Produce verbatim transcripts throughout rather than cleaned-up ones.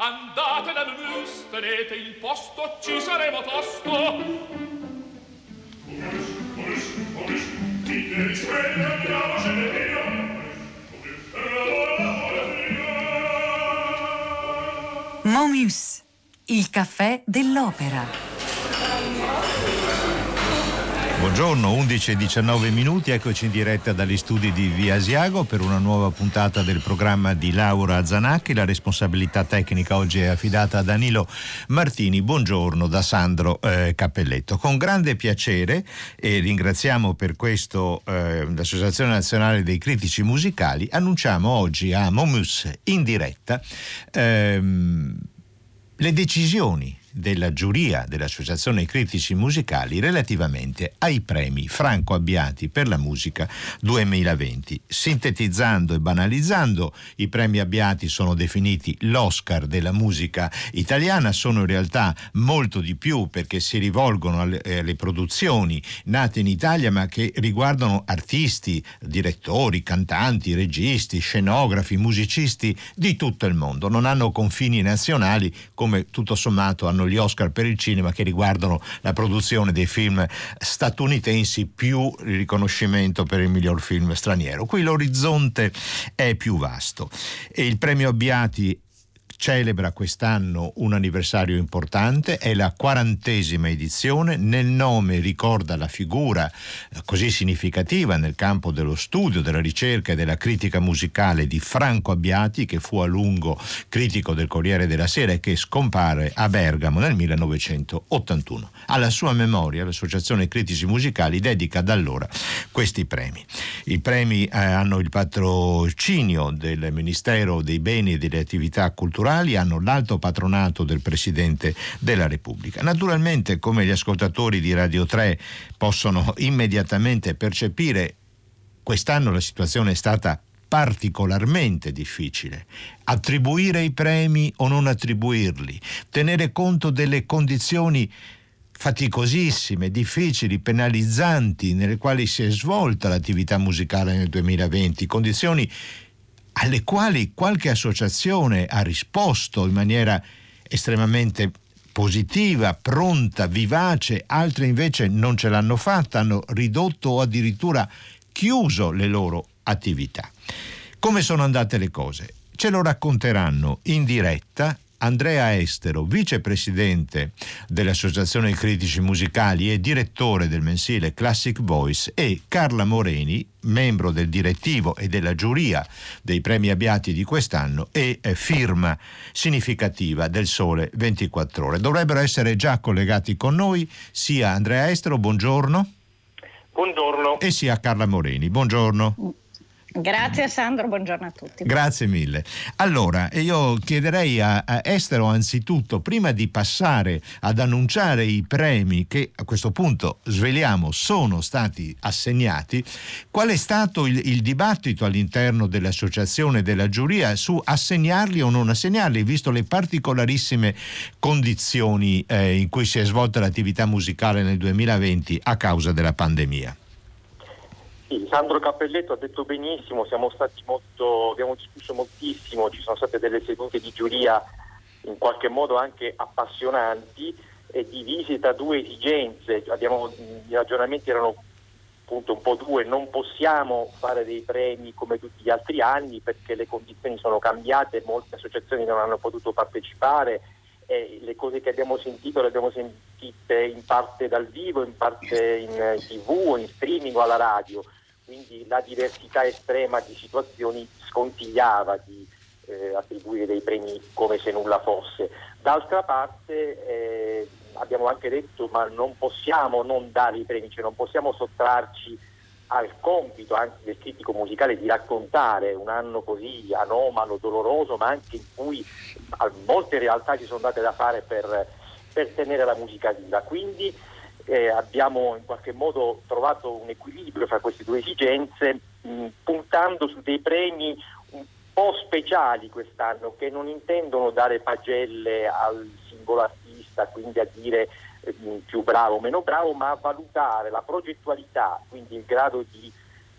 andate da Mus, tenete il posto, ci saremo tosto. Momus, Momus, Momus, dite di sveglia, andiamocene via. Momus, il caffè dell'opera. Buongiorno, undici e diciannove minuti, eccoci in diretta dagli studi di Via Asiago per una nuova puntata del programma di Laura Zanacchi. La responsabilità tecnica oggi è affidata a Danilo Martini. Buongiorno da Sandro eh, Cappelletto. Con grande piacere, e ringraziamo per questo eh, l'Associazione Nazionale dei Critici Musicali, annunciamo oggi a Momus in diretta ehm, le decisioni della giuria dell'Associazione Critici Musicali relativamente ai premi Franco Abbiati per la musica duemilaventi. Sintetizzando e banalizzando, i premi Abbiati sono definiti l'Oscar della musica italiana, sono in realtà molto di più perché si rivolgono alle, alle produzioni nate in Italia ma che riguardano artisti, direttori, cantanti, registi, scenografi, musicisti di tutto il mondo. Non hanno confini nazionali come tutto sommato hanno gli Oscar per il cinema, che riguardano la produzione dei film statunitensi più il riconoscimento per il miglior film straniero. Qui l'orizzonte è più vasto e il premio Abbiati celebra quest'anno un anniversario importante, è la quarantesima edizione. Nel nome ricorda la figura così significativa nel campo dello studio, della ricerca e della critica musicale di Franco Abbiati, che fu a lungo critico del Corriere della Sera e che scompare a Bergamo nel millenovecentottantuno. Alla sua memoria l'Associazione Critici Musicali dedica da allora questi premi. I premi eh, hanno il patrocinio del Ministero dei Beni e delle Attività Culturali, hanno l'alto patronato del Presidente della Repubblica. Naturalmente, come gli ascoltatori di Radio tre possono immediatamente percepire, quest'anno la situazione è stata particolarmente difficile. Attribuire i premi o non attribuirli, tenere conto delle condizioni faticosissime, difficili, penalizzanti nelle quali si è svolta l'attività musicale nel duemilaventi, condizioni alle quali qualche associazione ha risposto in maniera estremamente positiva, pronta, vivace, altre invece non ce l'hanno fatta, hanno ridotto o addirittura chiuso le loro attività. Come sono andate le cose? Ce lo racconteranno in diretta Andrea Estero, vicepresidente dell'Associazione Critici Musicali e direttore del mensile Classic Voice, e Carla Moreni, membro del direttivo e della giuria dei premi Abbiati di quest'anno e firma significativa del Sole ventiquattro Ore. Dovrebbero essere già collegati con noi sia Andrea Estero, buongiorno. Buongiorno. E sia Carla Moreni, buongiorno. Grazie Sandro, buongiorno a tutti. Grazie mille. Allora, io chiederei a, a Estero anzitutto, prima di passare ad annunciare i premi che a questo punto sveliamo sono stati assegnati, qual è stato il, il dibattito all'interno dell'associazione e della giuria su assegnarli o non assegnarli, visto le particolarissime condizioni eh, in cui si è svolta l'attività musicale nel duemilaventi a causa della pandemia. Sì, Sandro Cappelletto ha detto benissimo, siamo stati molto, abbiamo discusso moltissimo, ci sono state delle sedute di giuria in qualche modo anche appassionanti e divise da due esigenze. Abbiamo, i ragionamenti erano appunto un po' due: non possiamo fare dei premi come tutti gli altri anni perché le condizioni sono cambiate, molte associazioni non hanno potuto partecipare e le cose che abbiamo sentito le abbiamo sentite in parte dal vivo, in parte in tivù, in streaming o alla radio, quindi la diversità estrema di situazioni sconsigliava di eh, attribuire dei premi come se nulla fosse. D'altra parte eh, abbiamo anche detto ma non possiamo non dare i premi, cioè non possiamo sottrarci al compito anche del critico musicale di raccontare un anno così anomalo, doloroso, ma anche in cui molte realtà ci sono date da fare per, per tenere la musica viva. Quindi eh, abbiamo in qualche modo trovato un equilibrio fra queste due esigenze, mh, puntando su dei premi un po' speciali quest'anno, che non intendono dare pagelle al singolo artista, quindi a dire più bravo o meno bravo, ma a valutare la progettualità, quindi il grado di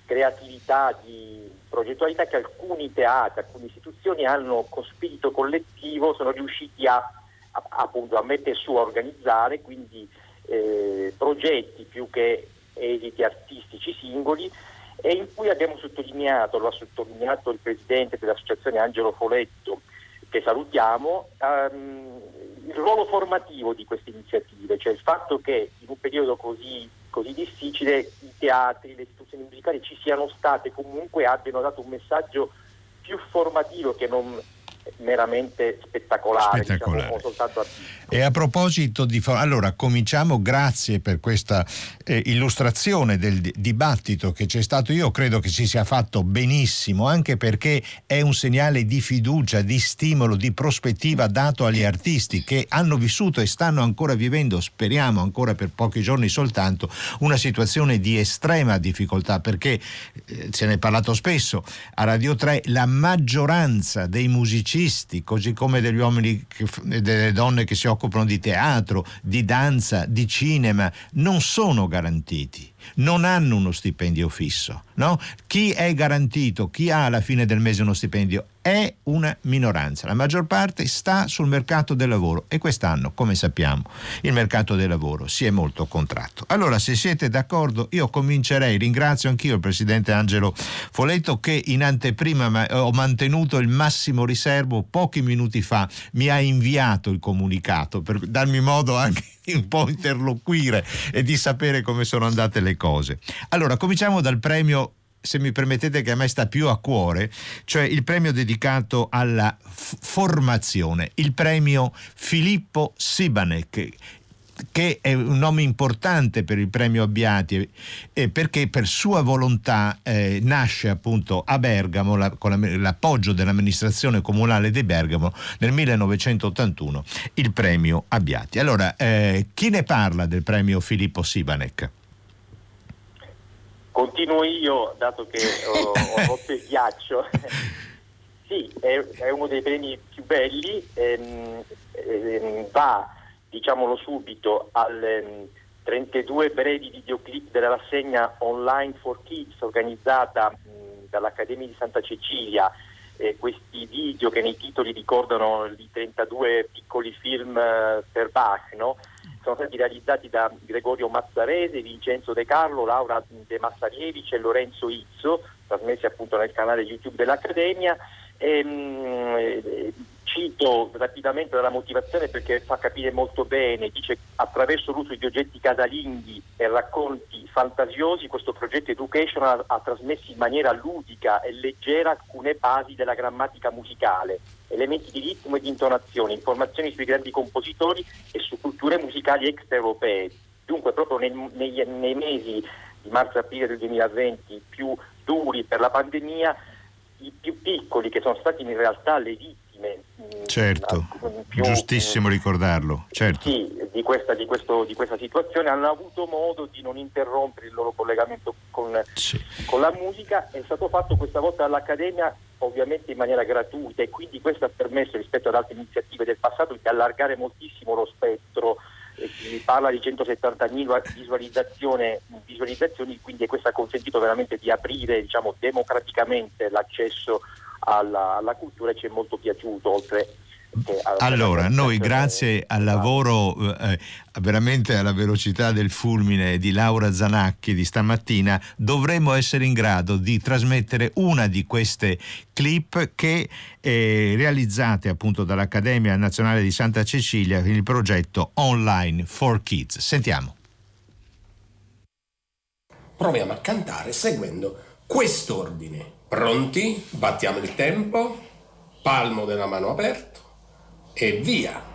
creatività, di progettualità che alcuni teatri, alcune istituzioni hanno con spirito collettivo sono riusciti a, a appunto a mettere su, a organizzare, quindi eh, progetti più che esiti artistici singoli, e in cui abbiamo sottolineato, lo ha sottolineato il presidente dell'associazione Angelo Foletto, che salutiamo, um, il ruolo formativo di queste iniziative, cioè il fatto che in un periodo così, così difficile i teatri, le istituzioni musicali ci siano state, comunque abbiano dato un messaggio più formativo che non meramente spettacolare, spettacolare. Diciamo, o soltanto artistico. E a proposito di allora cominciamo, grazie per questa eh, illustrazione del di- dibattito che c'è stato. Io credo che si sia fatto benissimo, anche perché è un segnale di fiducia, di stimolo, di prospettiva dato agli artisti che hanno vissuto e stanno ancora vivendo, speriamo ancora per pochi giorni soltanto, una situazione di estrema difficoltà, perché eh, se ne è parlato spesso a Radio tre, la maggioranza dei musicisti, così come degli uomini e delle donne che si occupano di teatro, di danza, di cinema, non sono garantiti, non hanno uno stipendio fisso, no? Chi è garantito, chi ha alla fine del mese uno stipendio è una minoranza. La maggior parte sta sul mercato del lavoro e quest'anno, come sappiamo, il mercato del lavoro si è molto contratto. Allora, se siete d'accordo, io comincerei, ringrazio anch'io il presidente Angelo Foletto, che in anteprima ma, ho mantenuto il massimo riservo, pochi minuti fa mi ha inviato il comunicato per darmi modo anche di un po' interloquire e di sapere come sono andate le cose. Allora, cominciamo dal premio, se mi permettete, che a me sta più a cuore, cioè il premio dedicato alla f- formazione, il premio Filippo Sibanek, che è un nome importante per il premio Abbiati, eh, perché per sua volontà eh, nasce appunto a Bergamo la, con la, l'appoggio dell'amministrazione comunale di Bergamo nel millenovecentottantuno il premio Abbiati. Allora, eh, chi ne parla del premio Filippo Sibanek? Continuo io, dato che ho, ho rotto il ghiaccio. Sì, è, è uno dei premi più belli, ehm, ehm, va, diciamolo subito, al ehm, trentadue brevi videoclip della rassegna Online for Kids organizzata mh, dall'Accademia di Santa Cecilia. Eh, questi video che nei titoli ricordano i trentadue piccoli film eh, per Bach, no? Sono stati realizzati da Gregorio Mazzarese, Vincenzo De Carlo, Laura De Massarievic e Lorenzo Izzo, trasmessi appunto nel canale YouTube dell'Accademia. E, mh, cito rapidamente la motivazione perché fa capire molto bene. Dice: attraverso l'uso di oggetti casalinghi e racconti fantasiosi, questo progetto educational ha, ha trasmesso in maniera ludica e leggera alcune basi della grammatica musicale, elementi di ritmo e di intonazione, informazioni sui grandi compositori e su culture musicali extraeuropee. Dunque, proprio nei, nei, nei mesi di marzo-aprile del duemilaventi più duri per la pandemia, i più piccoli, che sono stati in realtà le vittime, certo, più, giustissimo ricordarlo, certo. Sì, di questa, di, questo, di questa situazione, hanno avuto modo di non interrompere il loro collegamento con, sì. con la musica. È stato fatto questa volta all'Accademia, ovviamente in maniera gratuita, e quindi questo ha permesso, rispetto ad altre iniziative del passato, di allargare moltissimo lo spettro. E si parla di centosettantamila visualizzazioni, visualizzazioni, quindi questo ha consentito veramente di aprire, diciamo, democraticamente l'accesso alla, alla cultura, e ci è molto piaciuto, oltre che a, allora noi grazie al lavoro eh, veramente alla velocità del fulmine di Laura Zanacchi di stamattina dovremmo essere in grado di trasmettere una di queste clip che eh, realizzate appunto dall'Accademia Nazionale di Santa Cecilia con il progetto Online for Kids. Sentiamo. Proviamo a cantare seguendo quest'ordine. Pronti? Battiamo il tempo, palmo della mano aperto e via!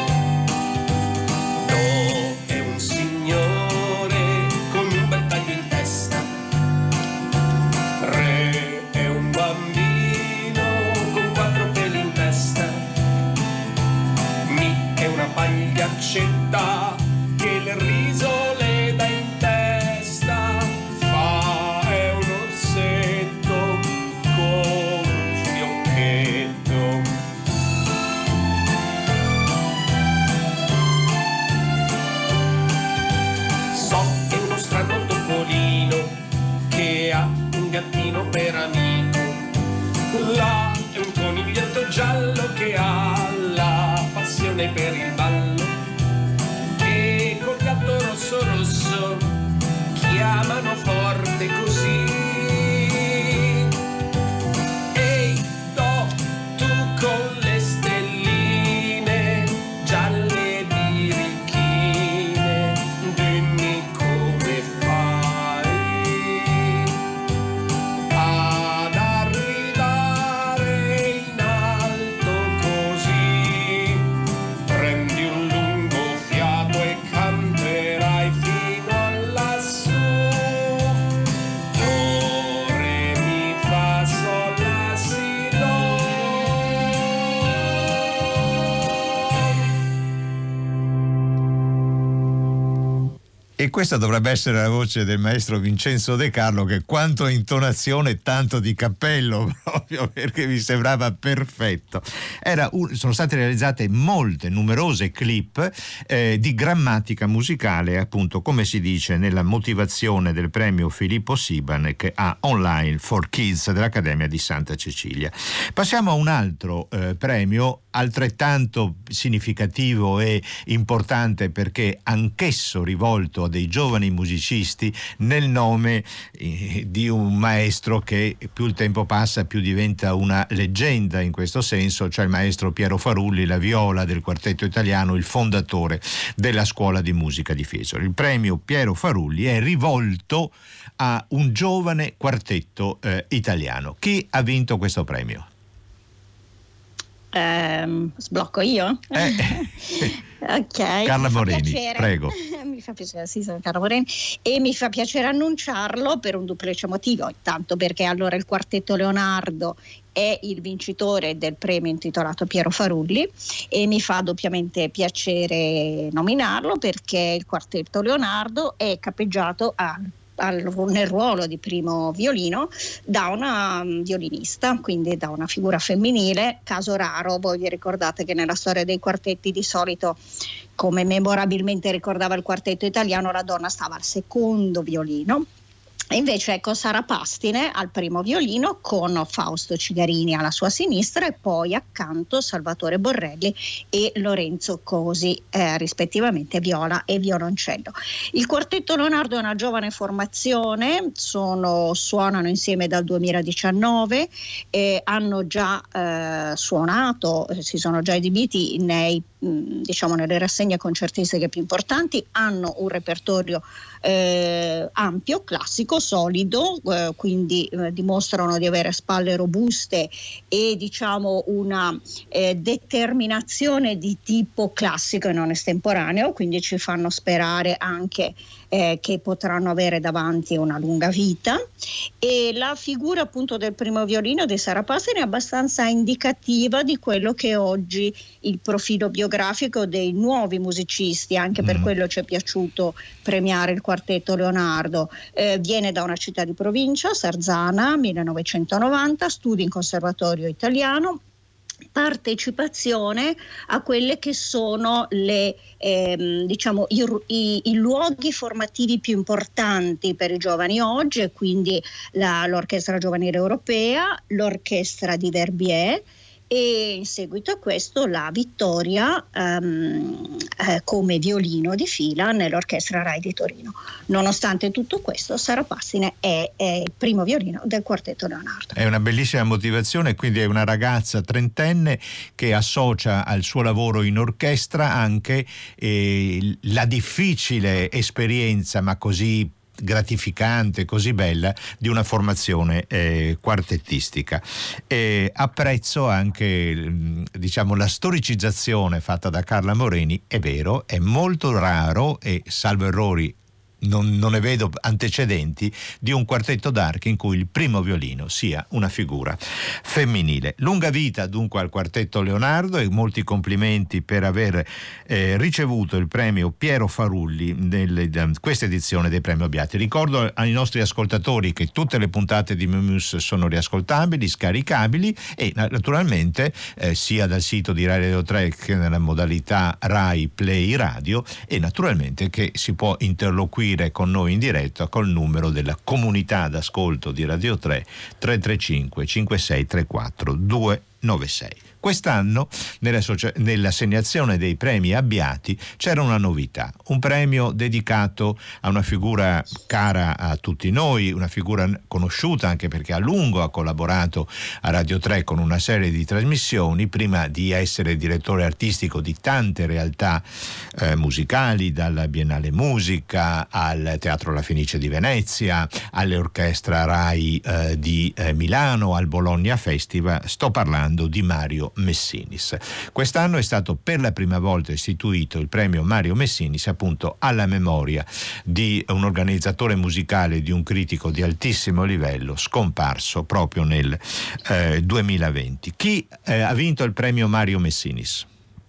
Con un bel taglio in chiamano forte così. Ehi, do, tu con le stelline gialle birichine, dimmi come fai ad arrivare in alto così. Prendi un lungo fiato e camperai fino a lassù. Do, re, mi, fa, sol, la, si, do. E questa dovrebbe essere la voce del maestro Vincenzo De Carlo, che quanto intonazione tanto di cappello, proprio perché mi sembrava perfetto. Era un, sono state realizzate molte, numerose clip eh, di grammatica musicale, appunto come si dice nella motivazione del premio Filippo Sibanek a Online for Kids dell'Accademia di Santa Cecilia. Passiamo a un altro eh, premio altrettanto significativo e importante, perché anch'esso rivolto a dei giovani musicisti nel nome eh, di un maestro che più il tempo passa più diventa una leggenda in questo senso, cioè il maestro Piero Farulli, la viola del quartetto italiano, il fondatore della scuola di musica di Fiesole. Il premio Piero Farulli è rivolto a un giovane quartetto eh, italiano. Chi ha vinto questo premio? Um, sblocco io? Eh. Ok. Carla Moreni, prego. Mi fa piacere, sì, sono Carla Moreni, e mi fa piacere annunciarlo per un duplice motivo. Intanto perché allora il quartetto Leonardo è il vincitore del premio intitolato Piero Farulli, e mi fa doppiamente piacere nominarlo perché il quartetto Leonardo è capeggiato a nel ruolo di primo violino da una violinista, quindi da una figura femminile, caso raro. Voi vi ricordate che nella storia dei quartetti di solito, come memorabilmente ricordava il quartetto italiano, la donna stava al secondo violino. E invece ecco Sara Pastine al primo violino con Fausto Cigarini alla sua sinistra, e poi accanto Salvatore Borrelli e Lorenzo Cosi, eh, rispettivamente viola e violoncello. Il quartetto Leonardo è una giovane formazione, sono, suonano insieme dal duemiladiciannove, e hanno già eh, suonato, eh, si sono già esibiti nei diciamo nelle rassegne concertistiche più importanti, hanno un repertorio eh, ampio, classico, solido, eh, quindi eh, dimostrano di avere spalle robuste e diciamo una eh, determinazione di tipo classico e non estemporaneo, quindi ci fanno sperare anche eh, che potranno avere davanti una lunga vita. E la figura appunto del primo violino di Sara Pastine è abbastanza indicativa di quello che oggi il profilo biografico dei nuovi musicisti, anche per mm. quello ci è piaciuto premiare il quartetto Leonardo. Eh, viene da una città di provincia, Sarzana, millenovecentonovanta, studi in conservatorio italiano, partecipazione a quelle che sono le ehm, diciamo i, i, i luoghi formativi più importanti per i giovani oggi, e quindi la, l'Orchestra Giovanile Europea, l'Orchestra di Verbier, e in seguito a questo la vittoria um, eh, come violino di fila nell'Orchestra Rai di Torino. Nonostante tutto questo, Sara Pastine è, è il primo violino del quartetto Leonardo. È una bellissima motivazione, quindi è una ragazza trentenne che associa al suo lavoro in orchestra anche eh, la difficile esperienza, ma così gratificante, così bella, di una formazione eh, quartettistica. E apprezzo anche diciamo la storicizzazione fatta da Carla Moreni. È vero, è molto raro, e salvo errori Non, non ne vedo antecedenti, di un quartetto d'archi in cui il primo violino sia una figura femminile. Lunga vita dunque al quartetto Leonardo, e molti complimenti per aver eh, ricevuto il premio Piero Farulli nelle, questa edizione dei Premi Obbiati. Ricordo ai nostri ascoltatori che tutte le puntate di Momus sono riascoltabili, scaricabili, e naturalmente eh, sia dal sito di Radio tre che nella modalità Rai Play Radio, e naturalmente che si può interloquire con noi in diretta col numero della comunità d'ascolto di Radio tre tre tre cinque cinque sei tre quattro due nove sei. Quest'anno nell'assegnazione dei premi Abbiati c'era una novità, un premio dedicato a una figura cara a tutti noi, una figura conosciuta anche perché a lungo ha collaborato a Radio tre con una serie di trasmissioni prima di essere direttore artistico di tante realtà eh, musicali, dalla Biennale Musica al Teatro La Fenice di Venezia, all'Orchestra Rai eh, di eh, Milano, al Bologna Festival. Sto parlando di Mario Messinis. Quest'anno è stato per la prima volta istituito il premio Mario Messinis appunto alla memoria di un organizzatore musicale, di un critico di altissimo livello scomparso proprio nel eh, duemilaventi. Chi eh, ha vinto il premio Mario Messinis?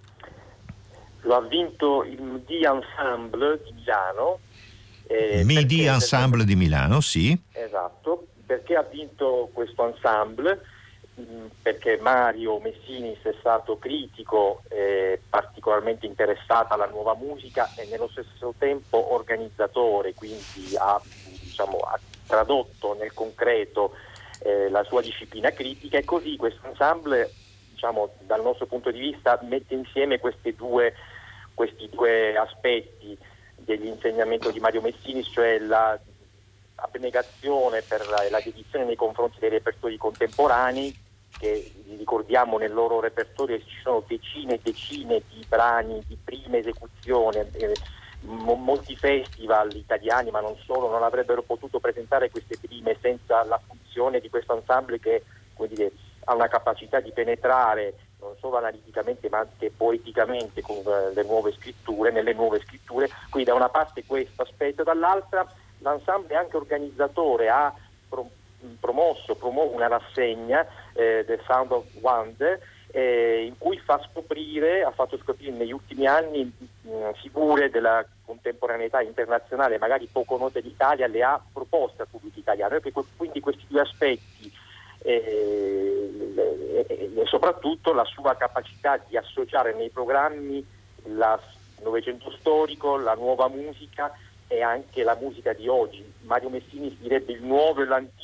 Lo ha vinto il M D I Ensemble di Milano. Eh, M D I perché, Ensemble di Milano, sì. Esatto, perché ha vinto questo ensemble? Perché Mario Messinis è stato critico, eh, particolarmente interessato alla nuova musica e nello stesso tempo organizzatore, quindi ha, diciamo, ha tradotto nel concreto eh, la sua disciplina critica, e così questo ensemble, diciamo, dal nostro punto di vista mette insieme questi due, questi due aspetti dell'insegnamento di Mario Messinis, cioè la abnegazione per la, la dedizione nei confronti dei repertori contemporanei, che ricordiamo nel loro repertorio ci sono decine e decine di brani di prima esecuzione, eh, mo- molti festival italiani ma non solo non avrebbero potuto presentare queste prime senza la funzione di questo ensemble che, come dire, ha una capacità di penetrare non solo analiticamente ma anche poeticamente con eh, le nuove scritture, nelle nuove scritture. Quindi da una parte questo aspetto, dall'altra l'ensemble è anche organizzatore, ha pro- promosso, promuove una rassegna eh, The Sound of Wonder eh, in cui fa scoprire, ha fatto scoprire negli ultimi anni mh, figure della contemporaneità internazionale, magari poco note d'Italia, le ha proposte al pubblico italiano, e quindi questi due aspetti eh, e, e soprattutto la sua capacità di associare nei programmi il Novecento storico, la nuova musica e anche la musica di oggi. Mario Messinis direbbe il nuovo e l'antico.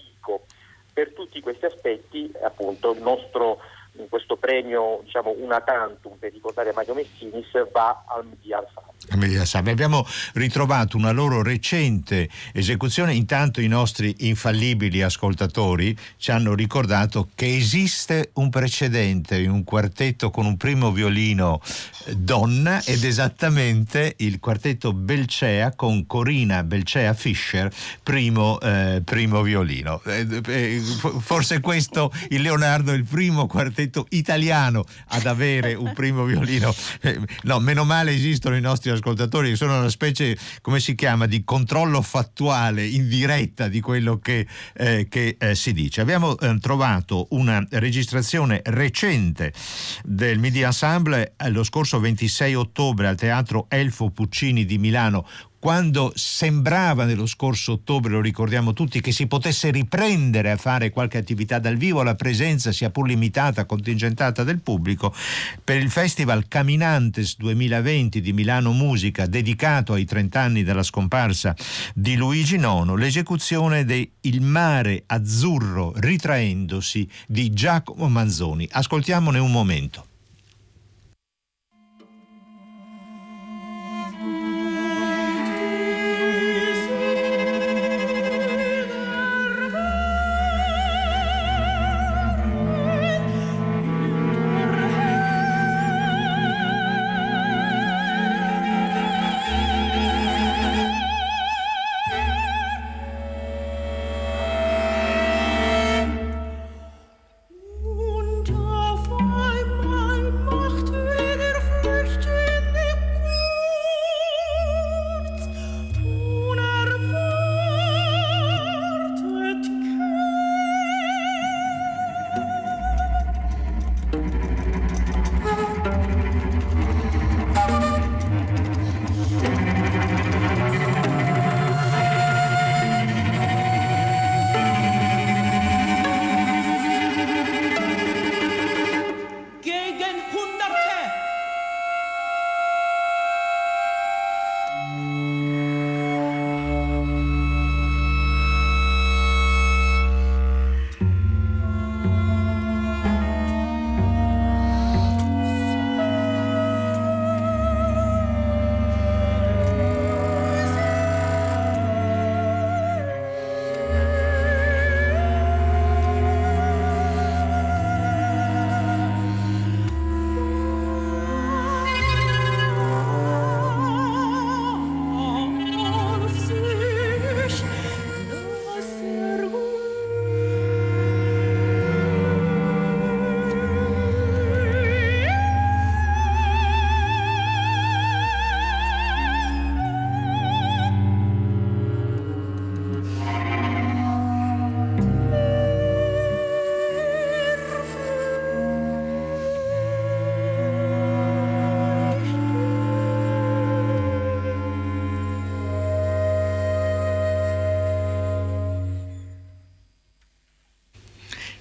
Per tutti questi aspetti, appunto, il nostro in questo premio, diciamo, una tantum per ricordare Mario Messinis va al M D I Ensemble. Abbiamo ritrovato una loro recente esecuzione. Intanto i nostri infallibili ascoltatori ci hanno ricordato che esiste un precedente in un quartetto con un primo violino donna, ed esattamente il quartetto Belcea con Corina Belcea Fischer primo, eh, primo violino. Eh, eh, forse questo, il Leonardo, è il primo quartetto italiano ad avere un primo violino. Eh, no, meno male esistono i nostri ascoltatori che sono una specie, come si chiama, di controllo fattuale in diretta di quello che, eh, che eh, si dice. Abbiamo eh, trovato una registrazione recente del M D I Ensemble eh, lo scorso ventisei ottobre al Teatro Elfo Puccini di Milano, quando sembrava nello scorso ottobre, lo ricordiamo tutti, che si potesse riprendere a fare qualche attività dal vivo, la presenza sia pur limitata, contingentata del pubblico. Per il Festival Caminantes duemilaventi di Milano Musica, dedicato ai trent'anni della scomparsa di Luigi Nono, l'esecuzione de Il mare azzurro ritraendosi di Giacomo Manzoni. Ascoltiamone un momento. Und auf einmal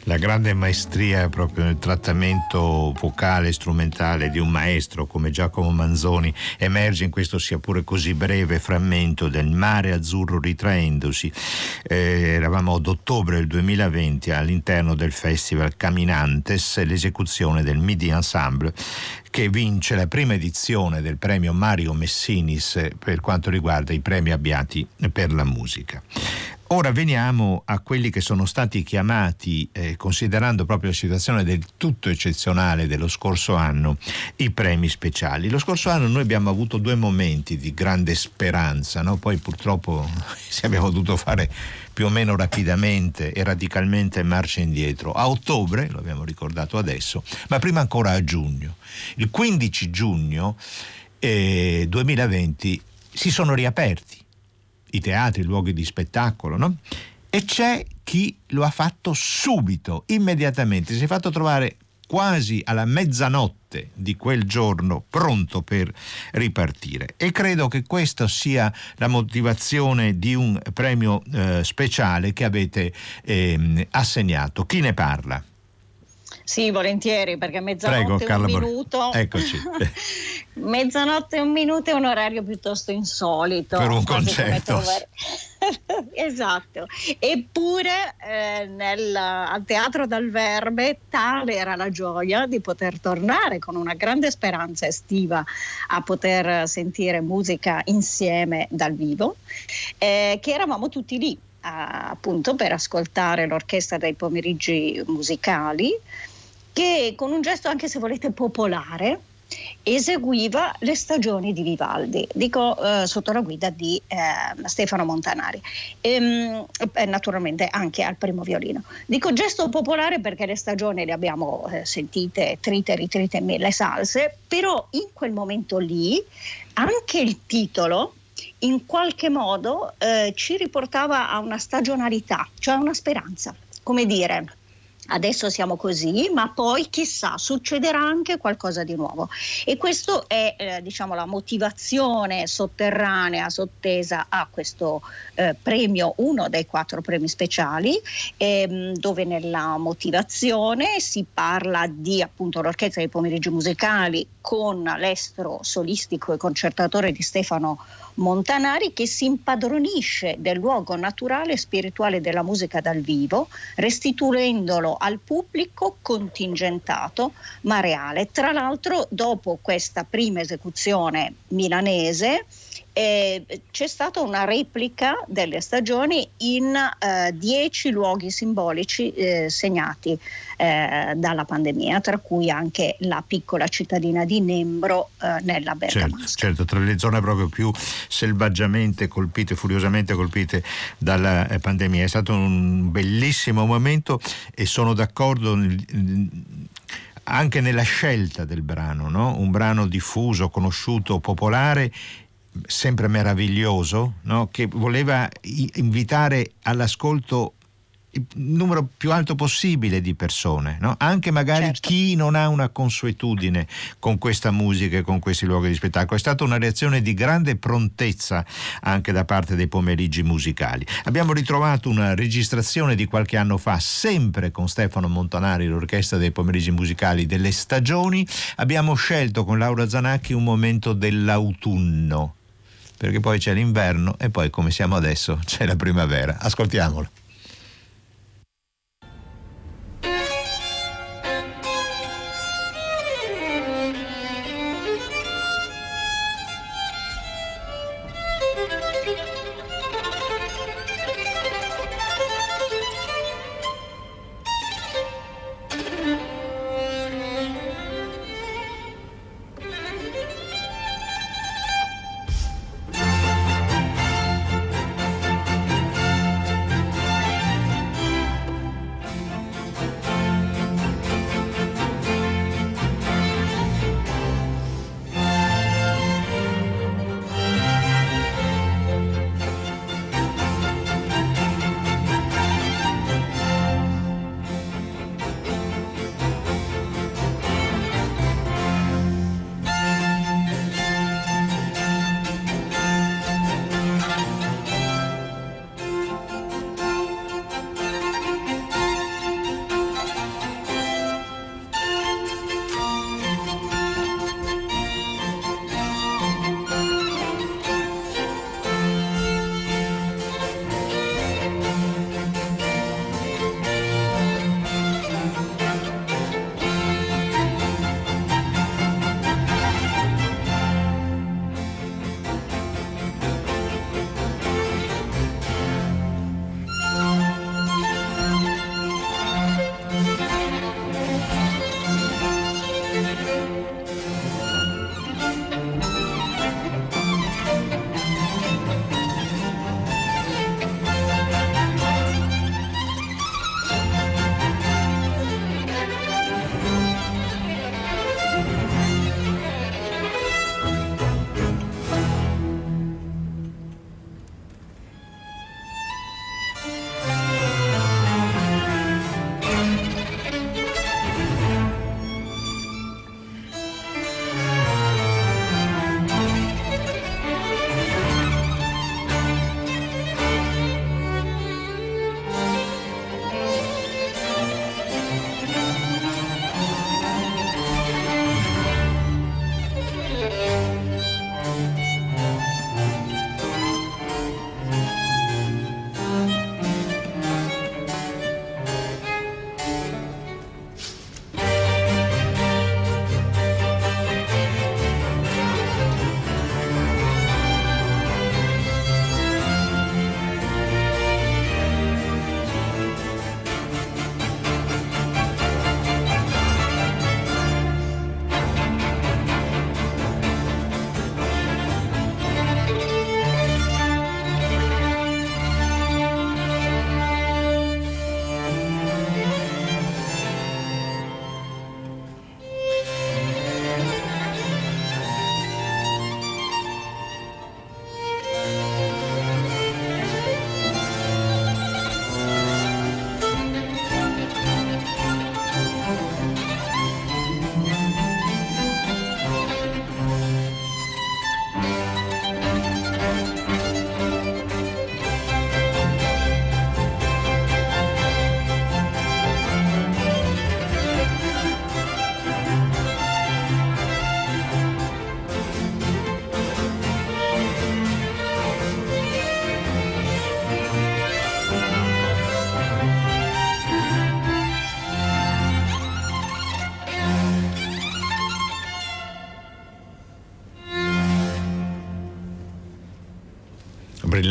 La grande maestria proprio nel trattamento vocale e strumentale di un maestro come Giacomo Manzoni emerge in questo sia pure così breve frammento del Mare azzurro ritraendosi. Eh, eravamo ad ottobre del duemilaventi all'interno del festival Caminantes, l'esecuzione del Midi Ensemble, che vince la prima edizione del premio Mario Messinis per quanto riguarda i premi Abbiati per la musica. Ora veniamo a quelli che sono stati chiamati, eh, considerando proprio la situazione del tutto eccezionale dello scorso anno, i premi speciali. Lo scorso anno noi abbiamo avuto due momenti di grande speranza, no? Poi purtroppo ci abbiamo dovuto fare più o meno rapidamente e radicalmente marcia indietro. A ottobre, lo abbiamo ricordato adesso, ma prima ancora a giugno. Il quindici giugno eh, duemilaventi si sono riaperti i teatri, i luoghi di spettacolo, no? E c'è chi lo ha fatto subito, immediatamente, si è fatto trovare quasi alla mezzanotte di quel giorno pronto per ripartire, e credo che questa sia la motivazione di un premio eh, speciale che avete eh, assegnato. Chi ne parla? Sì, volentieri, perché mezzanotte Prego, e Carla un Bor- minuto. Eccoci. Mezzanotte e un minuto è un orario piuttosto insolito. Per un quasi come concerto. trovare- Esatto. Eppure eh, nel, al Teatro dal Verbe tale era la gioia di poter tornare con una grande speranza estiva a poter sentire musica insieme dal vivo, eh, che eravamo tutti lì appunto per ascoltare l'orchestra dei pomeriggi musicali, che con un gesto, anche se volete popolare, eseguiva le stagioni di Vivaldi, dico eh, sotto la guida di eh, Stefano Montanari, e, e naturalmente anche al primo violino. Dico gesto popolare perché le stagioni le abbiamo eh, sentite trite, ritrite in mille salse, però in quel momento lì anche il titolo in qualche modo eh, ci riportava a una stagionalità, cioè a una speranza, come dire: adesso siamo così, ma poi chissà, succederà anche qualcosa di nuovo. E questo è eh, diciamo la motivazione sotterranea, sottesa a questo eh, premio, uno dei quattro premi speciali, ehm, dove nella motivazione si parla di appunto l'orchestra dei pomeriggi musicali con l'estro solistico e concertatore di Stefano Montanari, che si impadronisce del luogo naturale e spirituale della musica dal vivo, restituendolo al pubblico contingentato ma reale. Tra l'altro, dopo questa prima esecuzione milanese eh, c'è stata una replica delle stagioni in eh, dieci luoghi simbolici eh, segnati eh, dalla pandemia, tra cui anche la piccola cittadina di Nembro eh, nella Bergamasca. Certo, certo, tra le zone proprio più selvaggiamente colpite, furiosamente colpite dalla eh, pandemia. È stato un bellissimo momento e sono d'accordo nel, anche nella scelta del brano, no? Un brano diffuso, conosciuto, popolare, sempre meraviglioso, no? Che voleva invitare all'ascolto il numero più alto possibile di persone, no? Anche magari certo. chi non ha una consuetudine con questa musica e con questi luoghi di spettacolo. È stata una reazione di grande prontezza anche da parte dei pomeriggi musicali. Abbiamo ritrovato una registrazione di qualche anno fa, sempre con Stefano Montanari, l'orchestra dei pomeriggi musicali delle stagioni. Abbiamo scelto con Laura Zanacchi un momento dell'autunno, perché poi c'è l'inverno e poi, come siamo adesso, c'è la primavera. Ascoltiamolo.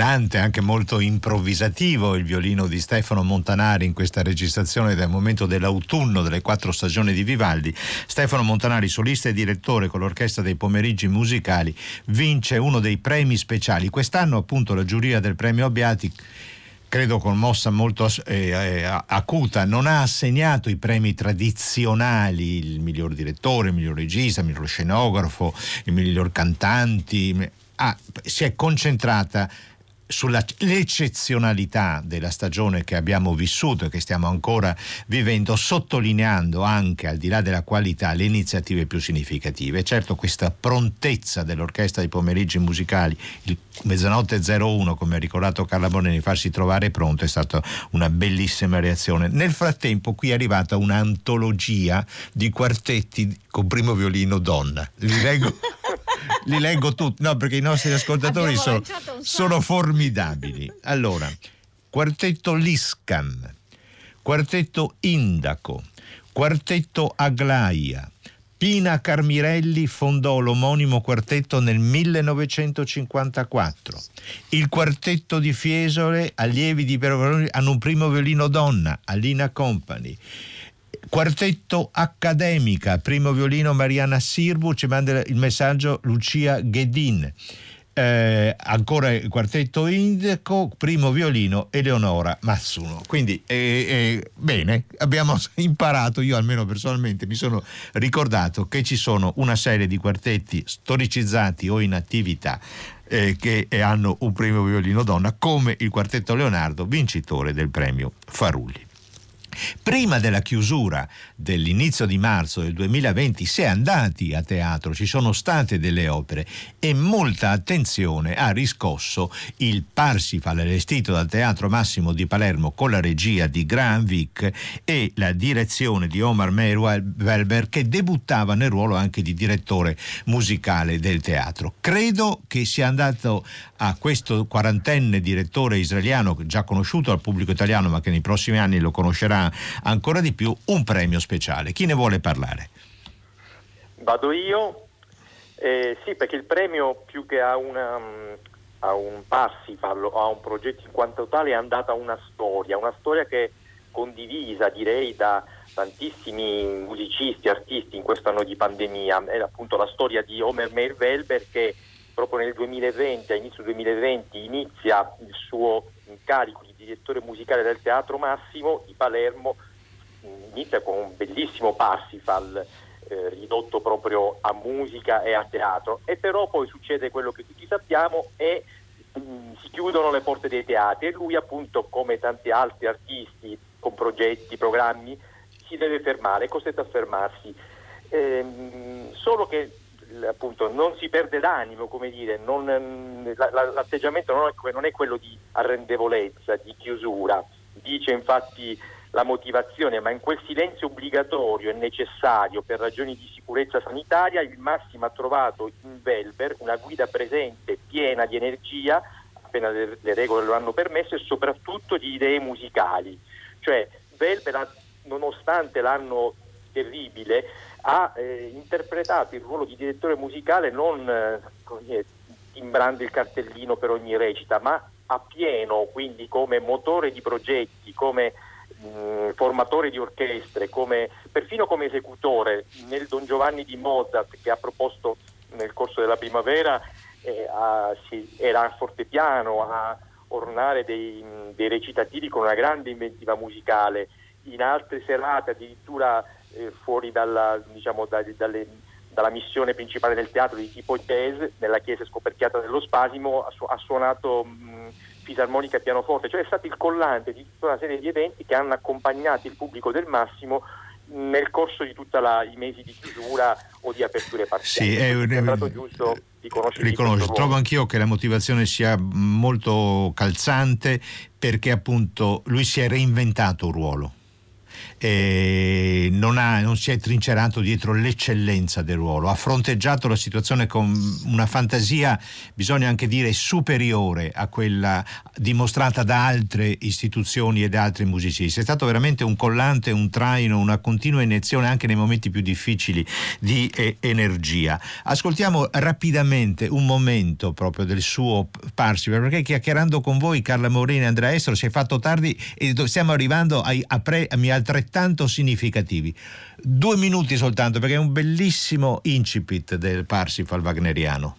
brillante, anche molto improvvisativo il violino di Stefano Montanari in questa registrazione del momento dell'autunno delle quattro stagioni di Vivaldi. Stefano Montanari, solista e direttore con l'Orchestra dei Pomeriggi Musicali, vince uno dei premi speciali. Quest'anno appunto la giuria del premio Abbiati, credo con mossa molto eh, eh, acuta, non ha assegnato i premi tradizionali, il miglior direttore, il miglior regista, il miglior scenografo, il miglior cantanti, ah, si è concentrata sulla l'eccezionalità della stagione che abbiamo vissuto e che stiamo ancora vivendo, sottolineando anche, al di là della qualità, le iniziative più significative. Certo, questa prontezza dell'Orchestra dei Pomeriggi Musicali, il mezzanotte zero uno, come ha ricordato Carla Bonelli, farsi trovare pronto, è stata una bellissima reazione. Nel frattempo qui è arrivata un'antologia di quartetti con primo violino donna. Li leggo li leggo tutti, no, perché i nostri ascoltatori sono, sono formidabili. Allora, quartetto Liscan, quartetto Indaco, quartetto Aglaia. Pina Carmirelli fondò l'omonimo quartetto nel millenovecentocinquantaquattro. Il quartetto di Fiesole, allievi di Piero Farulli, hanno un primo violino donna, Alina Company. Quartetto Accademica, primo violino Mariana Sirbu, ci manda il messaggio Lucia Ghedin. Eh, ancora il quartetto Indico, primo violino Eleonora Mazzuno. Quindi eh, eh, bene, abbiamo imparato, io almeno personalmente mi sono ricordato che ci sono una serie di quartetti storicizzati o in attività eh, che hanno un primo violino donna, come il quartetto Leonardo, vincitore del premio Farulli. Prima della chiusura dell'inizio di marzo del duemilaventi si è andati a teatro, ci sono state delle opere e molta attenzione ha riscosso il Parsifal allestito dal Teatro Massimo di Palermo con la regia di Graham Vick e la direzione di Omar Meir-Welber, che debuttava nel ruolo anche di direttore musicale del teatro. Credo che sia andato a questo quarantenne direttore israeliano, già conosciuto al pubblico italiano ma che nei prossimi anni lo conoscerà ancora di più, un premio speciale. Chi ne vuole parlare? Vado io. Eh, sì, perché il premio, più che a, una, a un Parsifal o a un progetto in quanto tale, è andata a una storia, una storia che è condivisa, direi, da tantissimi musicisti, artisti in questo anno di pandemia. È appunto la storia di Omer Meir-Welber, che proprio nel duemilaventi, a inizio duemilaventi, inizia il suo incarico di direttore musicale del Teatro Massimo di Palermo, inizia con un bellissimo Parsifal eh, ridotto proprio a musica e a teatro, e però poi succede quello che tutti sappiamo e mh, si chiudono le porte dei teatri, e lui, appunto, come tanti altri artisti con progetti, programmi, si deve fermare, è costretto a fermarsi. Ehm, solo che appunto non si perde l'animo, come dire, non, la, la, l'atteggiamento non è, non è quello di arrendevolezza, di chiusura. Dice infatti la motivazione: ma in quel silenzio obbligatorio e necessario per ragioni di sicurezza sanitaria, il Massimo ha trovato in Welber una guida presente, piena di energia, appena le, le regole lo hanno permesso, e soprattutto di idee musicali. Cioè Welber ha, nonostante l'anno terribile, ha eh, interpretato il ruolo di direttore musicale non eh, timbrando il cartellino per ogni recita, ma a pieno, quindi come motore di progetti, come mh, formatore di orchestre, come, perfino come esecutore. Nel Don Giovanni di Mozart, che ha proposto nel corso della primavera, eh, a, si, era a fortepiano a ornare dei, dei recitativi con una grande inventiva musicale. In altre serate addirittura Eh, fuori dalla, diciamo, da, dalle, dalla missione principale del teatro di tipo jazz, nella chiesa scoperchiata dello Spasimo, ha, su, ha suonato mh, fisarmonica e pianoforte. Cioè è stato il collante di tutta una serie di eventi che hanno accompagnato il pubblico del Massimo nel corso di tutti i mesi di chiusura o di aperture parziali. Sì, è, è stato giusto riconoscere. Riconosco, trovo anch'io che la motivazione sia molto calzante, perché appunto lui si è reinventato un ruolo. e non, ha, non si è trincerato dietro l'eccellenza del ruolo, ha fronteggiato la situazione con una fantasia, bisogna anche dire, superiore a quella dimostrata da altre istituzioni e da altri musicisti. È stato veramente un collante, un traino, una continua iniezione anche nei momenti più difficili di eh, energia. Ascoltiamo rapidamente un momento proprio del suo Parsifal, perché chiacchierando con voi, Carla Morini e Andrea Estro, si è fatto tardi e stiamo arrivando ai, a premi altrettanto significativi. Due minuti soltanto, perché è un bellissimo incipit del Parsifal wagneriano.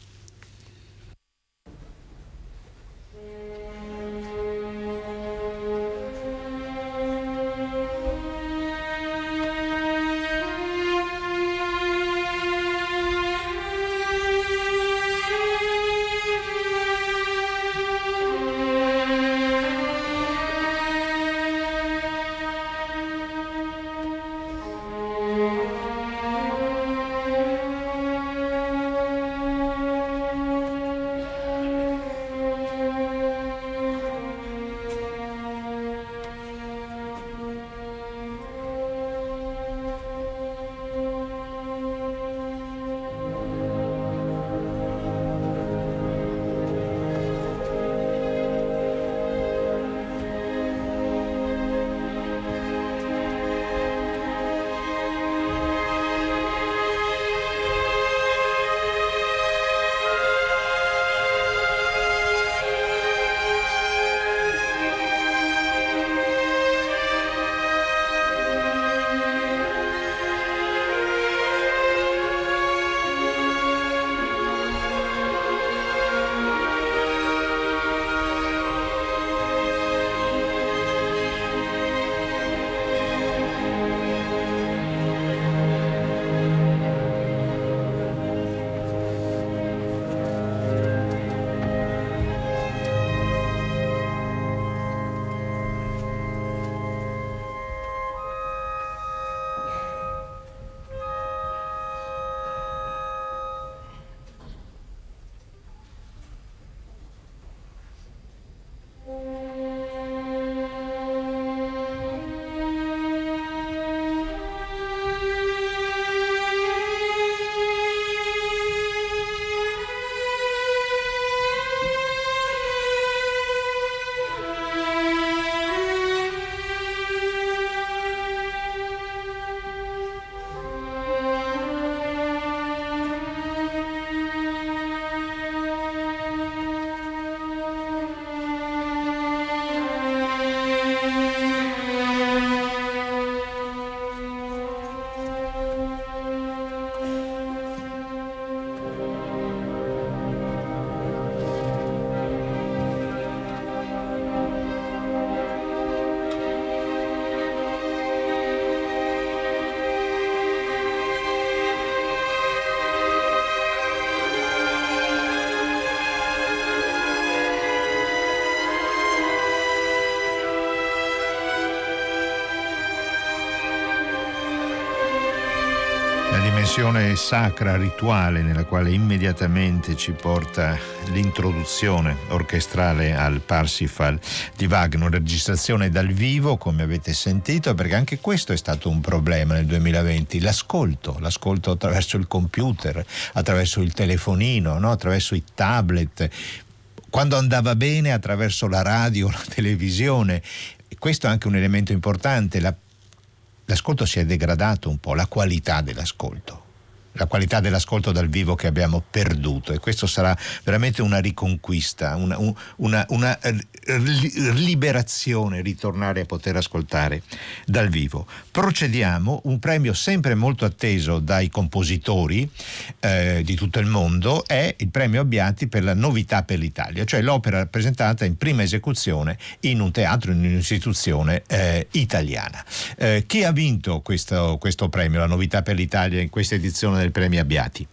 Dimensione sacra, rituale, nella quale immediatamente ci porta l'introduzione orchestrale al Parsifal di Wagner, una registrazione dal vivo, come avete sentito, perché anche questo è stato un problema nel duemilaventi, l'ascolto, l'ascolto attraverso il computer, attraverso il telefonino, no? Attraverso i tablet, quando andava bene attraverso la radio, la televisione. Questo è anche un elemento importante, la L'ascolto si è degradato un po', la qualità dell'ascolto, la qualità dell'ascolto dal vivo che abbiamo perduto, e questo sarà veramente una riconquista, una, una, una liberazione, ritornare a poter ascoltare dal vivo. Procediamo, un premio sempre molto atteso dai compositori eh, di tutto il mondo è il premio Abbiati per la novità per l'Italia, cioè l'opera presentata in prima esecuzione in un teatro, in un'istituzione eh, italiana. Eh, chi ha vinto questo, questo premio, la novità per l'Italia, in questa edizione del premio Abbiati?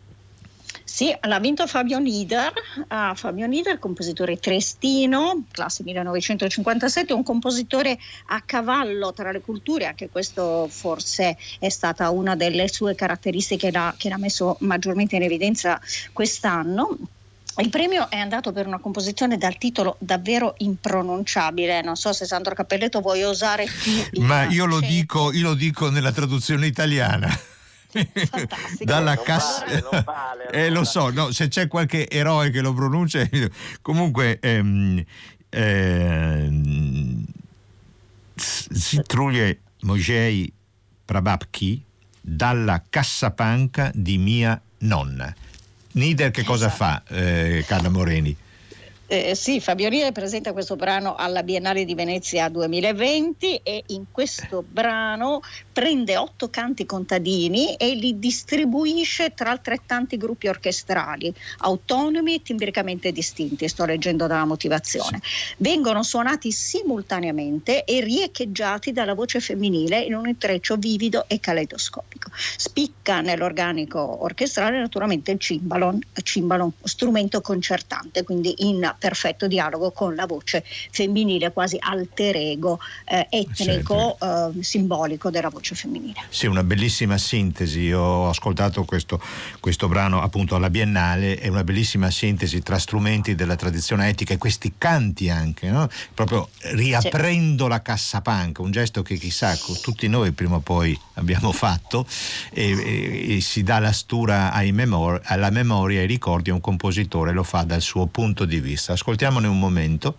Sì, l'ha vinto Fabio Nieder, uh, Fabio Nieder, compositore triestino, classe millenovecentocinquantasette, un compositore a cavallo tra le culture, anche questo forse è stata una delle sue caratteristiche da, che l'ha messo maggiormente in evidenza quest'anno. Il premio è andato per una composizione dal titolo davvero impronunciabile. Non so se Sandro Cappelletto vuoi osare tu. Ma io lo dico, io lo dico nella traduzione italiana. Fantastico. Dalla non cassa... vale, non vale, allora. eh, lo so, no, se c'è qualche eroe che lo pronuncia, comunque ehm, ehm, Zitrulie Mojei Prababki, dalla cassapanca di mia nonna. Nieder che cosa Esatto. fa, eh, Carla Moreni? Eh, sì, Fabio Nieder presenta questo brano alla Biennale di Venezia duemilaventi e in questo brano prende otto canti contadini e li distribuisce tra altrettanti gruppi orchestrali, autonomi e timbricamente distinti. Sto leggendo dalla motivazione. Sì. Vengono suonati simultaneamente e riecheggiati dalla voce femminile in un intreccio vivido e caleidoscopico. Spicca nell'organico orchestrale naturalmente il cimbalon, cimbalon strumento concertante, quindi in perfetto dialogo con la voce femminile, quasi alter ego eh, etnico, certo. eh, simbolico della voce femminile. Sì, una bellissima sintesi. Io ho ascoltato questo, questo brano appunto alla Biennale, è una bellissima sintesi tra strumenti della tradizione etica e questi canti anche, no? Proprio riaprendo sì. la cassapanca, un gesto che chissà tutti noi prima o poi abbiamo fatto, e, e, e si dà la stura ai memor- alla memoria e ai ricordi a un compositore, lo fa dal suo punto di vista. Ascoltiamone un momento.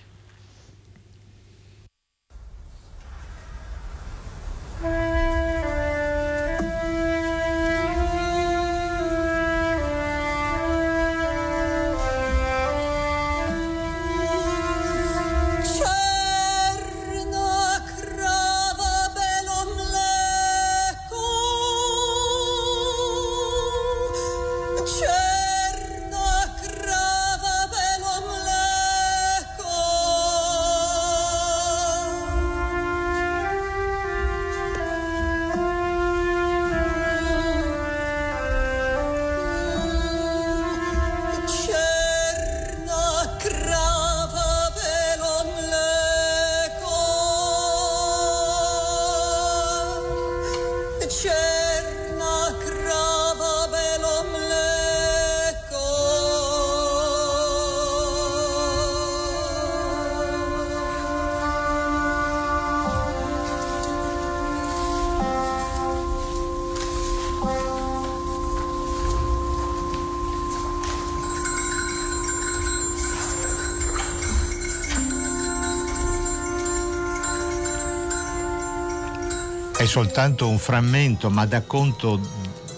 È soltanto un frammento, ma dà conto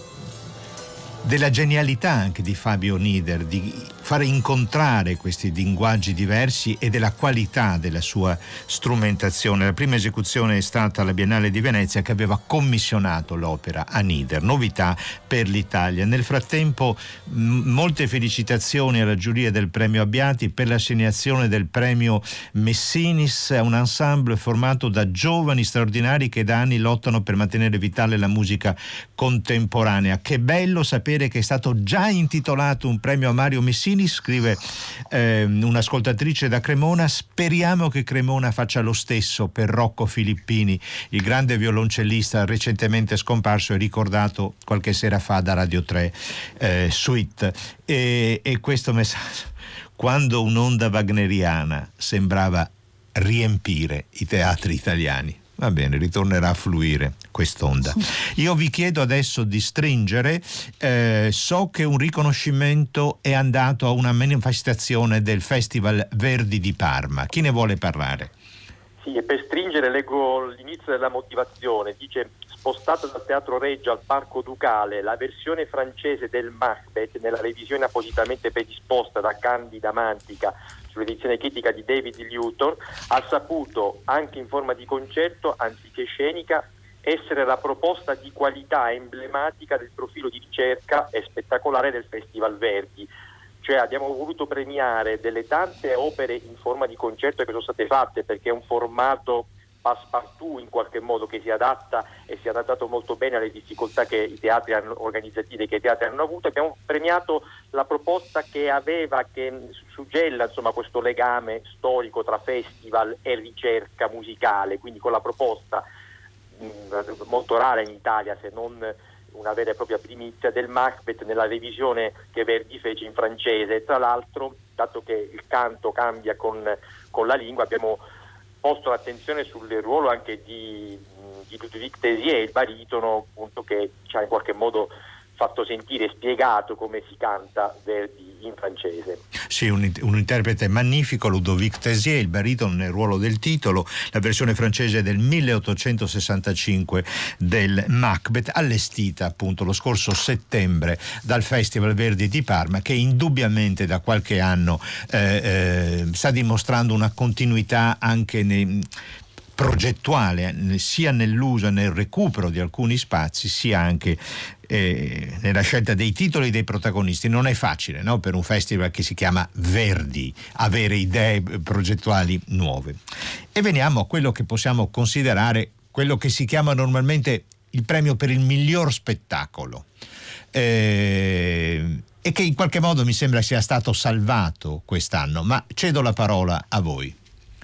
della genialità anche di Fabio Nieder, di fare incontrare questi linguaggi diversi e della qualità della sua strumentazione. La prima esecuzione è stata alla Biennale di Venezia, che aveva commissionato l'opera a Nieder, novità per l'Italia. Nel frattempo m- molte felicitazioni alla giuria del premio Abbiati per l'assegnazione del premio Messinis a un ensemble formato da giovani straordinari che da anni lottano per mantenere vitale la musica contemporanea. Che bello sapere che è stato già intitolato un premio a Mario Messini, scrive eh, un'ascoltatrice da Cremona. Speriamo che Cremona faccia lo stesso per Rocco Filippini, il grande violoncellista recentemente scomparso e ricordato qualche sera fa da Radio tre eh, Suite. E, e questo messaggio: quando un'onda wagneriana sembrava riempire i teatri italiani. Va bene, ritornerà a fluire quest'onda. Io vi chiedo adesso di stringere, eh, so che un riconoscimento è andato a una manifestazione del Festival Verdi di Parma. Chi ne vuole parlare? Sì, e per stringere leggo l'inizio della motivazione. Dice: spostata dal Teatro Regio al Parco Ducale, la versione francese del Macbeth, nella revisione appositamente predisposta da Candida Mantica sull'edizione critica di David Newton, ha saputo, anche in forma di concerto anziché scenica, essere la proposta di qualità emblematica del profilo di ricerca e spettacolare del Festival Verdi. Cioè abbiamo voluto premiare delle tante opere in forma di concerto che sono state fatte, perché è un formato passepartout in qualche modo che si adatta e si è adattato molto bene alle difficoltà che i teatri hanno, organizzative che i teatri hanno avuto. Abbiamo premiato la proposta che aveva, che suggella insomma questo legame storico tra festival e ricerca musicale, quindi con la proposta mh, molto rara in Italia, se non una vera e propria primizia del Macbeth nella revisione che Verdi fece in francese. Tra l'altro, dato che il canto cambia con, con la lingua, abbiamo posto l'attenzione sul ruolo anche di, di Ludwig Thesier, il baritono, appunto, che ci ha in qualche modo fatto sentire, spiegato come si canta Verdi in francese. Sì, un, un interprete magnifico, Ludovic Thesier, il baritono nel ruolo del titolo, la versione francese del milleottocentosessantacinque del Macbeth, allestita appunto lo scorso settembre dal Festival Verdi di Parma, che indubbiamente da qualche anno eh, eh, sta dimostrando una continuità anche nei progettuale, sia nell'uso e nel recupero di alcuni spazi, sia anche eh, nella scelta dei titoli dei protagonisti. Non è facile, no? Per un festival che si chiama Verdi avere idee progettuali nuove. E veniamo a quello che possiamo considerare quello che si chiama normalmente il premio per il miglior spettacolo, eh, e che in qualche modo mi sembra sia stato salvato quest'anno, ma cedo la parola a voi.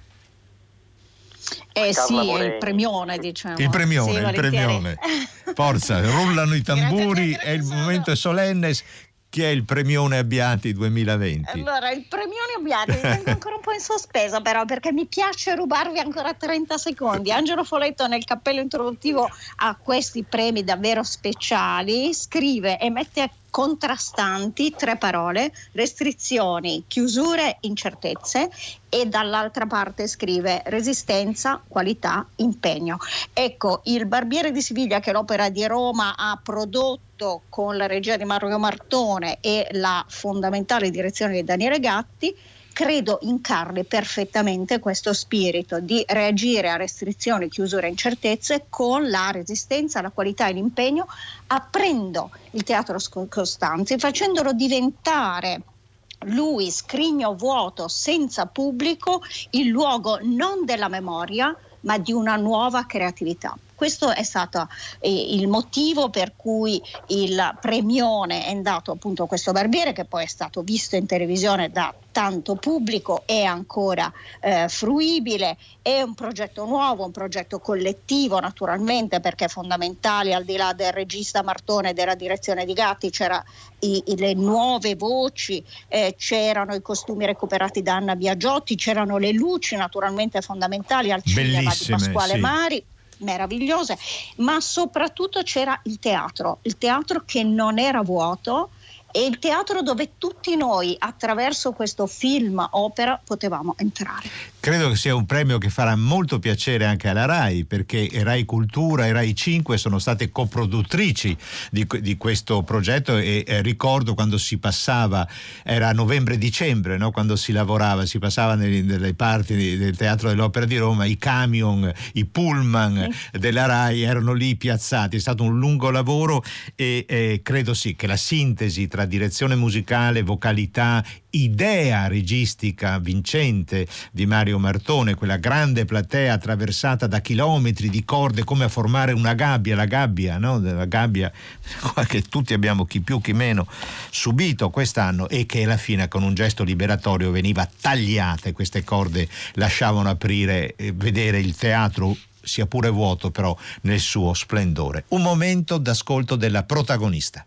Eh sì, è il premione, diciamo. Il premione, sì, il premione. Forza, rullano i tamburi, è il momento è solenne. Chi è il premione Abbiati duemilaventi? Allora, il premione Abbiati, mi tengo ancora un po' in sospesa però, perché mi piace rubarvi ancora trenta secondi. Angelo Foletto, nel cappello introduttivo a questi premi davvero speciali, scrive e mette contrastanti tre parole: restrizioni, chiusure, incertezze, e dall'altra parte scrive resistenza, qualità, impegno. Ecco, il Barbiere di Siviglia, che l'Opera di Roma ha prodotto con la regia di Mario Martone e la fondamentale direzione di Daniele Gatti, credo incarni perfettamente questo spirito di reagire a restrizioni, chiusure e incertezze con la resistenza, la qualità e l'impegno, aprendo il Teatro Costanzi, facendolo diventare lui, scrigno vuoto senza pubblico, il luogo non della memoria ma di una nuova creatività. Questo è stato eh, il motivo per cui il premione è andato appunto a questo Barbiere, che poi è stato visto in televisione da tanto pubblico, è ancora eh, fruibile, è un progetto nuovo, un progetto collettivo naturalmente, perché è fondamentale, al di là del regista Martone e della direzione di Gatti, c'era i, i, le nuove voci, eh, c'erano i costumi recuperati da Anna Biagiotti, c'erano le luci naturalmente fondamentali al cinema di Pasquale sì. Mari, meravigliose, ma soprattutto c'era il teatro, il teatro che non era vuoto, e il teatro dove tutti noi attraverso questo film opera potevamo entrare. Credo che sia un premio che farà molto piacere anche alla RAI, perché RAI Cultura e RAI cinque sono state coproduttrici di, di questo progetto, e eh, ricordo quando si passava, era novembre-dicembre, no? Quando si lavorava, si passava nelle, nelle parti del Teatro dell'Opera di Roma, i camion, i pullman sì. della RAI erano lì piazzati. È stato un lungo lavoro, e eh, credo sì che la sintesi tra direzione musicale, vocalità, idea registica vincente di Mario Martone, quella grande platea attraversata da chilometri di corde, come a formare una gabbia, la gabbia, no? La gabbia che tutti abbiamo, chi più chi meno, subito quest'anno, e che alla fine con un gesto liberatorio veniva tagliata e queste corde lasciavano aprire, eh, vedere il teatro, sia pure vuoto, però nel suo splendore. Un momento d'ascolto della protagonista.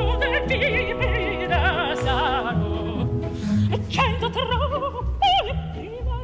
Cento troppo prima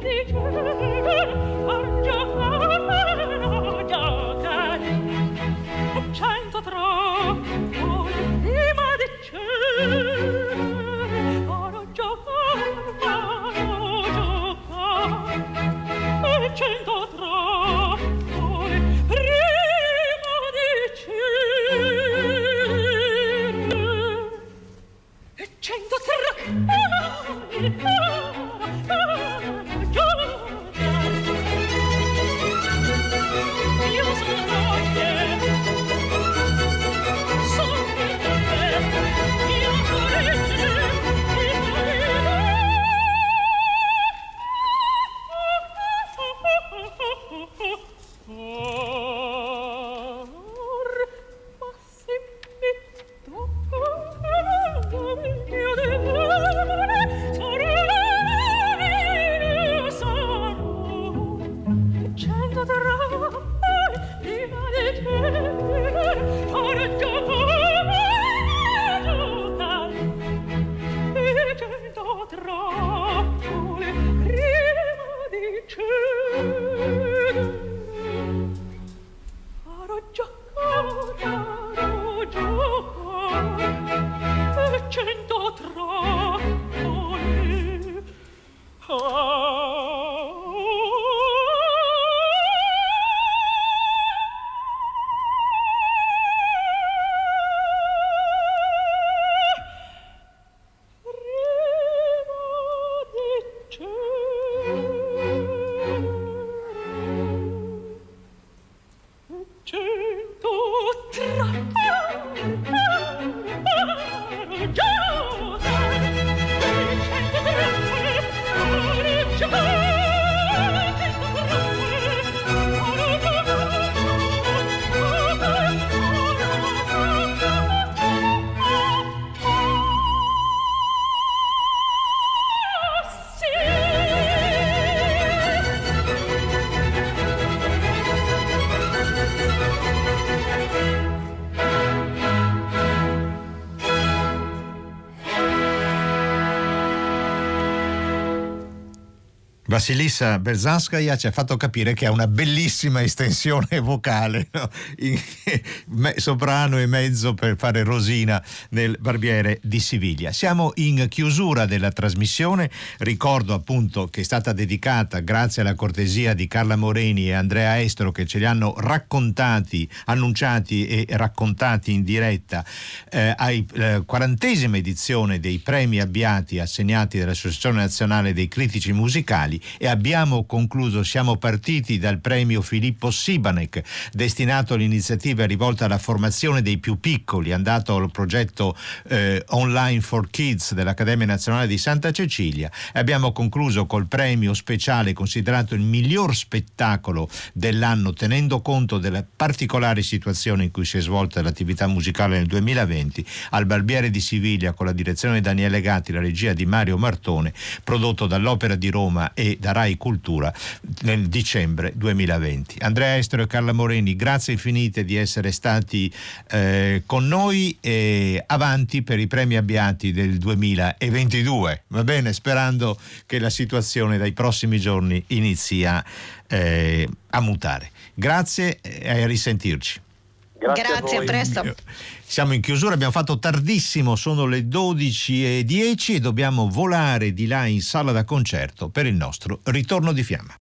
Vasilissa Berzhanskaya ci ha fatto capire che ha una bellissima estensione vocale, no? In, me, soprano e mezzo per fare Rosina nel Barbiere di Siviglia. Siamo in chiusura della trasmissione, ricordo appunto che è stata dedicata grazie alla cortesia di Carla Moreni e Andrea Estero, che ce li hanno raccontati, annunciati e raccontati in diretta eh, ai eh, quarantesima edizione dei premi Abbiati assegnati dall'Associazione Nazionale dei Critici Musicali. E abbiamo concluso, siamo partiti dal premio Filippo Sibanek, destinato all'iniziativa rivolta alla formazione dei più piccoli, andato al progetto eh, Online for Kids dell'Accademia Nazionale di Santa Cecilia, e abbiamo concluso col premio speciale considerato il miglior spettacolo dell'anno, tenendo conto della particolare situazione in cui si è svolta l'attività musicale nel duemilaventi, al Barbiere di Siviglia, con la direzione di Daniele Gatti, la regia di Mario Martone, prodotto dall'Opera di Roma e da Rai Cultura nel dicembre duemilaventi. Andrea Estero e Carla Moreni, grazie infinite di essere stati eh, con noi, e avanti per i premi Abbiati del duemilaventidue, va bene, sperando che la situazione dai prossimi giorni inizi a, eh, a mutare. Grazie e a risentirci. Grazie, Grazie, a, a presto. Siamo in chiusura, abbiamo fatto tardissimo, sono le dodici e dieci e dobbiamo volare di là in sala da concerto per il nostro ritorno di fiamma.